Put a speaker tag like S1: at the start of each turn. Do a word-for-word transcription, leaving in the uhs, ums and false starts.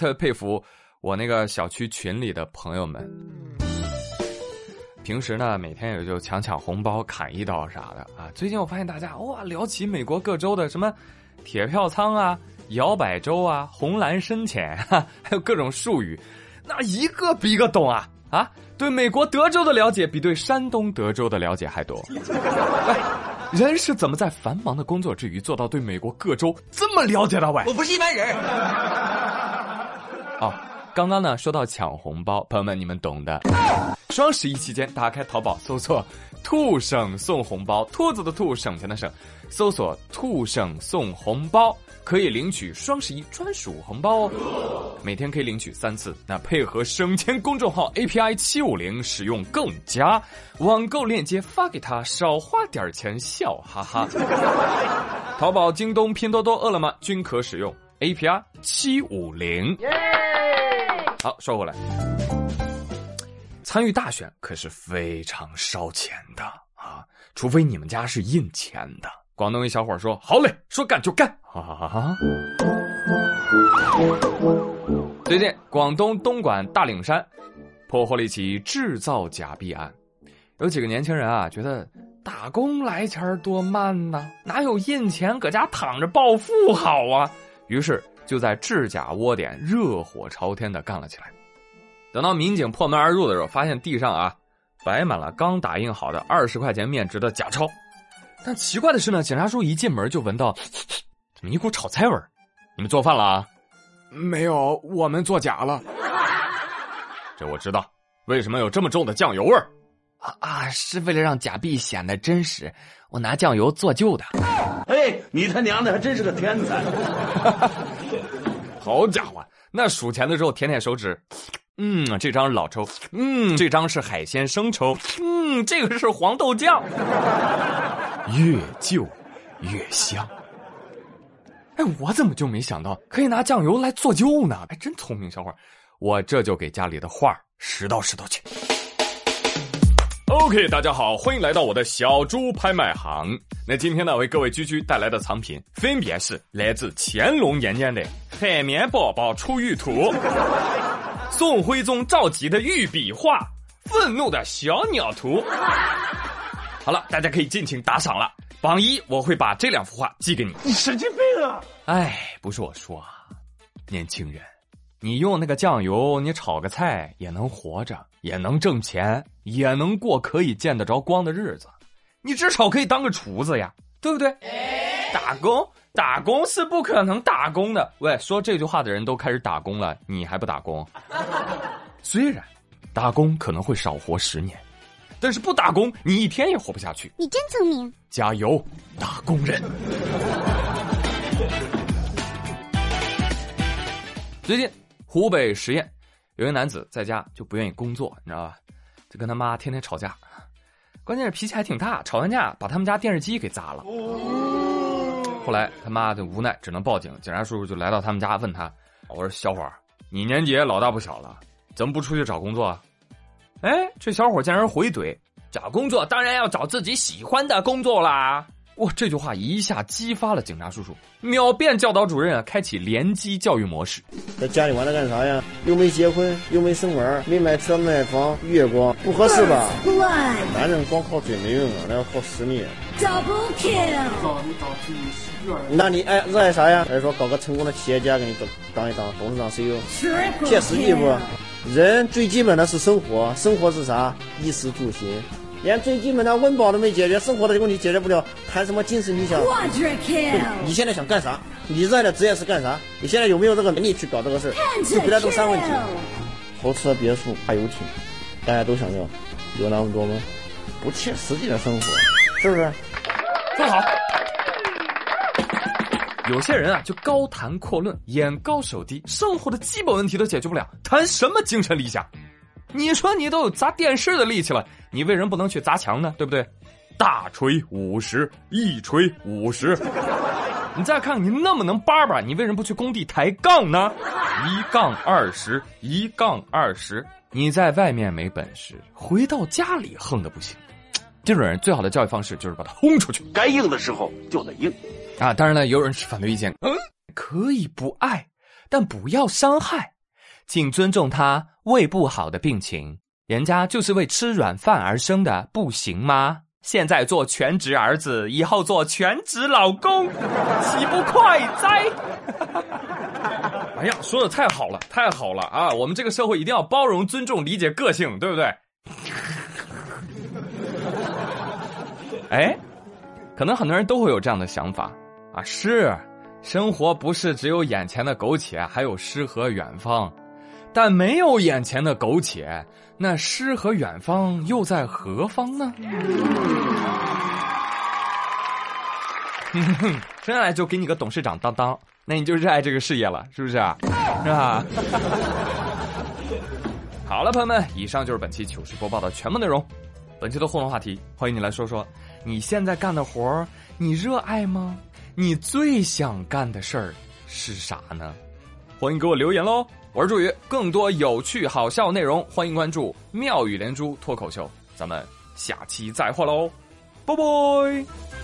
S1: 特别佩服我那个小区群里的朋友们。平时呢，每天也就抢抢红包、砍一刀啥的啊。最近我发现大家哇，聊起美国各州的什么铁票仓啊、摇摆州啊、红蓝深浅，哈，还有各种术语，那一个比一个懂啊啊！对美国德州的了解比对山东德州的了解还多。哎，人是怎么在繁忙的工作之余做到对美国各州这么了解的？喂，
S2: 我不是一般人。
S1: 哦，刚刚呢说到抢红包，朋友们你们懂的。双十一期间，打开淘宝搜索“兔省送红包”，兔子的兔，省钱的省，搜索“兔省送红包”，可以领取双十一专属红包哦。每天可以领取三次，那配合省钱公众号 A P I 七五零使用更佳。网购链接发给他，少花点钱，笑哈哈。淘宝、京东、拼多多、饿了么均可使用 A P I 七五零。好，说回来。参与大选可是非常烧钱的啊，除非你们家是印钱的。广东一小伙说：“好嘞，说干就干。”啊！最近，广东东莞大岭山破获了一起制造假币案，有几个年轻人啊，觉得打工来钱多慢呢，哪有印钱搁家躺着暴富好啊？于是就在制假窝点热火朝天的干了起来。等到民警破门而入的时候，发现地上啊摆满了刚打印好的二十块钱面值的假钞。但奇怪的是呢，警察叔一进门就闻到怎么一股炒菜味儿。你们做饭了啊？
S3: 没有，我们做假了。
S1: 这我知道，为什么有这么重的酱油味儿？
S4: 啊啊，是为了让假币显得真实，我拿酱油做旧的。
S2: 哎，你他娘的还真是个天才！
S1: 好家伙，那数钱的时候舔舔手指。嗯，这张老抽，嗯，这张是海鲜生抽，嗯，这个是黄豆酱，越旧越香。哎，我怎么就没想到可以拿酱油来做旧呢？哎，真聪明小伙，我这就给家里的画拾掇拾掇去。OK， 大家好，欢迎来到我的小猪拍卖行。那今天呢，为各位居居带来的藏品分别是来自乾隆年间的海绵宝宝出玉图。宋徽宗赵佶的御笔画，愤怒的小鸟图。好了，大家可以尽情打赏了。榜一我会把这两幅画寄给你。
S2: 你神经病啊！
S1: 哎，不是我说啊，年轻人，你用那个酱油，你炒个菜也能活着，也能挣钱，也能过可以见得着光的日子。你至少可以当个厨子呀，对不对？打工。打工是不可能打工的。喂，说这句话的人都开始打工了，你还不打工？虽然打工可能会少活十年，但是不打工你一天也活不下去。
S5: 你真聪明，
S1: 加油，打工人！最近湖北十堰有一个男子在家就不愿意工作，你知道吧？就跟他妈天天吵架，关键是脾气还挺大，吵完架把他们家电视机给砸了。后来他妈就无奈只能报警，警察叔叔就来到他们家问他，我说小伙，你年纪也老大不小了，怎么不出去找工作啊？哎，这小伙竟然回怼，找工作当然要找自己喜欢的工作啦。哇，这句话一下激发了警察叔叔，秒变教导主任啊，开启联机教育模式。
S6: 在家里玩的干啥呀？又没结婚，又没生娃，没买车买房，月光不合适吧？男人光靠嘴没用啊，那要靠实力。
S5: Double kill。
S6: 那你爱热爱啥呀？还是说搞个成功的企业家给你当一当董事长 C E O？ 切实际不？人最基本的是生活，生活是啥？衣食住行。连最基本的温饱都没解决，生活的问题解决不了，谈什么精神理想？你现在想干啥？你热爱的职业是干啥？你现在有没有这个能力去搞这个事？就回答这三问题。豪车、别墅、大游艇，大家都想要，有那么多吗？不切实际的生活，是不是？
S1: 说好。有些人啊，就高谈阔论，眼高手低，生活的基本问题都解决不了，谈什么精神理想？你说你都有砸电视的力气了，你为人不能去砸墙呢？对不对？大锤五十，一锤五十。你再看看你那么能叭叭，你为什么不去工地抬杠呢？一杠二十，一杠二十。你在外面没本事，回到家里横得不行。这种人最好的教育方式就是把他轰出去，
S2: 该硬的时候就得硬
S1: 啊！当然了，有人是反对意见，嗯，可以不爱。 但不要伤害，请尊重他胃不好的病情，人家就是为吃软饭而生的，不行吗？现在做全职儿子，以后做全职老公，岂不快哉？哎呀，说的太好了，太好了啊！我们这个社会一定要包容、尊重、理解个性，对不对？哎，可能很多人都会有这样的想法啊，是，生活不是只有眼前的苟且，还有诗和远方。但没有眼前的苟且，那诗和远方又在何方呢？生下来就给你个董事长当当，那你就热爱这个事业了，是不是啊？是吧？好了，朋友们，以上就是本期糗事播报的全部内容。本期的互动话题，欢迎你来说说你现在干的活儿，你热爱吗？你最想干的事儿是啥呢？欢迎给我留言喽！我是朱宇，更多有趣好笑内容，欢迎关注妙语连珠脱口秀，咱们下期再会喽，拜拜。